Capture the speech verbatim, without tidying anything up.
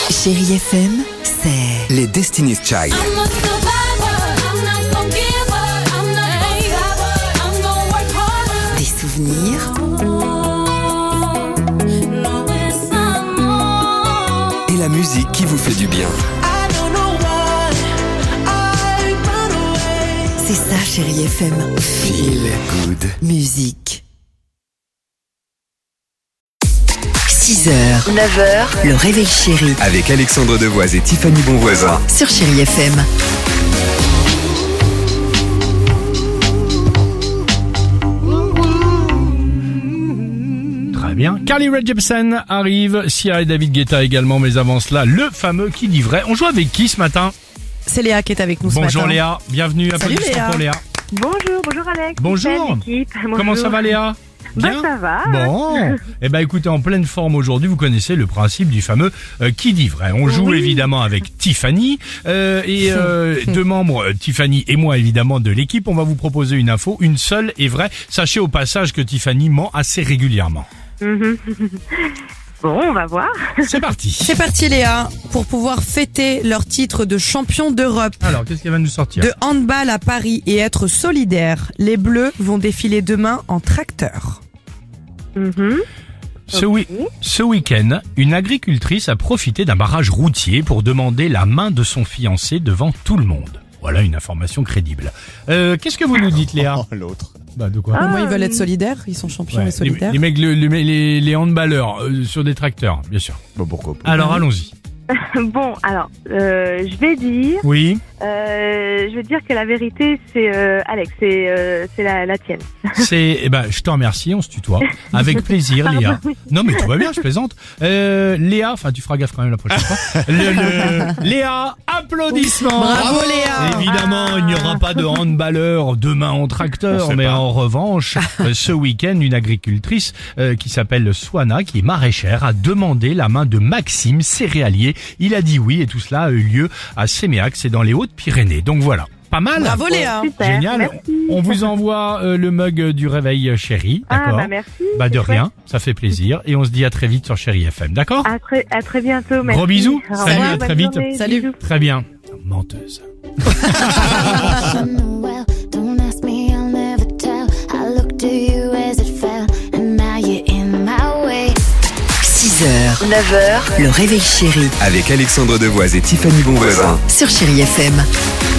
Chérie F M, c'est les Destiny's Child. des souvenirs Et la musique qui vous fait du bien. C'est ça, Chérie F M. Feel good. Musique. six heures, neuf heures, le réveil chéri Avec Alexandre Devoise et Tiffany Bonvoisin. sur Chérie F M. Très bien. Carly Rae Jepsen arrive, Sia et David Guetta également, mais avant cela, le fameux Qui dit vrai. On joue avec qui ce matin? C'est Léa qui est avec nous ce matin. Bonjour Léa, bienvenue. Salut Applaudissements Léa. pour Léa. Bonjour, bonjour Alex. Bonjour. Salut, l'équipe. Comment Bonjour. ça va Léa? Bah, ça va. Bon. Eh ben écoutez, en pleine forme aujourd'hui, vous connaissez le principe du fameux euh, Qui dit vrai. On joue Oui. évidemment avec Tiffany euh, et euh, deux membres, euh, Tiffany et moi évidemment de l'équipe. On va vous proposer une info, une seule est vraie. Sachez au passage que Tiffany ment assez régulièrement. Mhm. Bon, on va voir. C'est parti. C'est parti Léa, pour pouvoir fêter leur titre de champion d'Europe Alors, qu'est-ce qu'elle va nous sortir? de handball à Paris et être solidaires, les Bleus vont défiler demain en tracteur. Mhm. Ce, wi- Ok. ce week-end, une agricultrice a profité d'un barrage routier pour demander la main de son fiancé devant tout le monde. Voilà une information crédible. Euh, qu'est-ce que vous nous dites, Léa? L'autre. Bah, de quoi? Au moins ils veulent euh, être solidaires, ils sont champions Ouais, et solidaires. les, les mecs, le- le- les, les handballeurs euh, sur des tracteurs, bien sûr. Bon, pourquoi pas. Alors, allons-y. Bon, alors, euh, je vais dire, Oui, euh, je vais dire que la vérité, c'est euh, Alex, c'est euh, c'est la, la tienne. c'est... Eh ben, je te remercie, on se tutoie. Avec plaisir, Pardon, Léa. oui. Non, mais tout va bien, je plaisante. Euh, Léa, enfin, tu feras gaffe quand même la prochaine fois. Le, le- Léa, applaudissements. Bravo Léa. Évidemment, il n'y aura pas de handballeur demain en On tracteur, sait mais pas. en revanche, euh, ce week-end, une agricultrice euh, qui s'appelle Swana, qui est maraîchère, a demandé la main de Maxime, céréalier. Il a dit oui et tout cela a eu lieu à Séméac, c'est dans les Hautes-Pyrénées. Donc voilà, pas mal. Bravo Léa. Super, Génial. merci. On vous envoie euh, le mug du réveil euh, chéri, Ah, d'accord? bah merci. Bah de c'est rien, ça fait plaisir. Et on se dit à très vite sur Chéri F M, d'accord? chouette. À très, à très bientôt. Merci. Gros bisous. Au Salut, revoir, à très bonne vite. journée. Salut. Bisous. Très bien. Menteuse. Well, don't ask me, I'll never tell. I looked to you as it fell, and now you're in my way. six heures, neuf heures, le réveil chéri Avec Alexandre Devoise et Tiffany Bonvoisin. sur Chérie F M.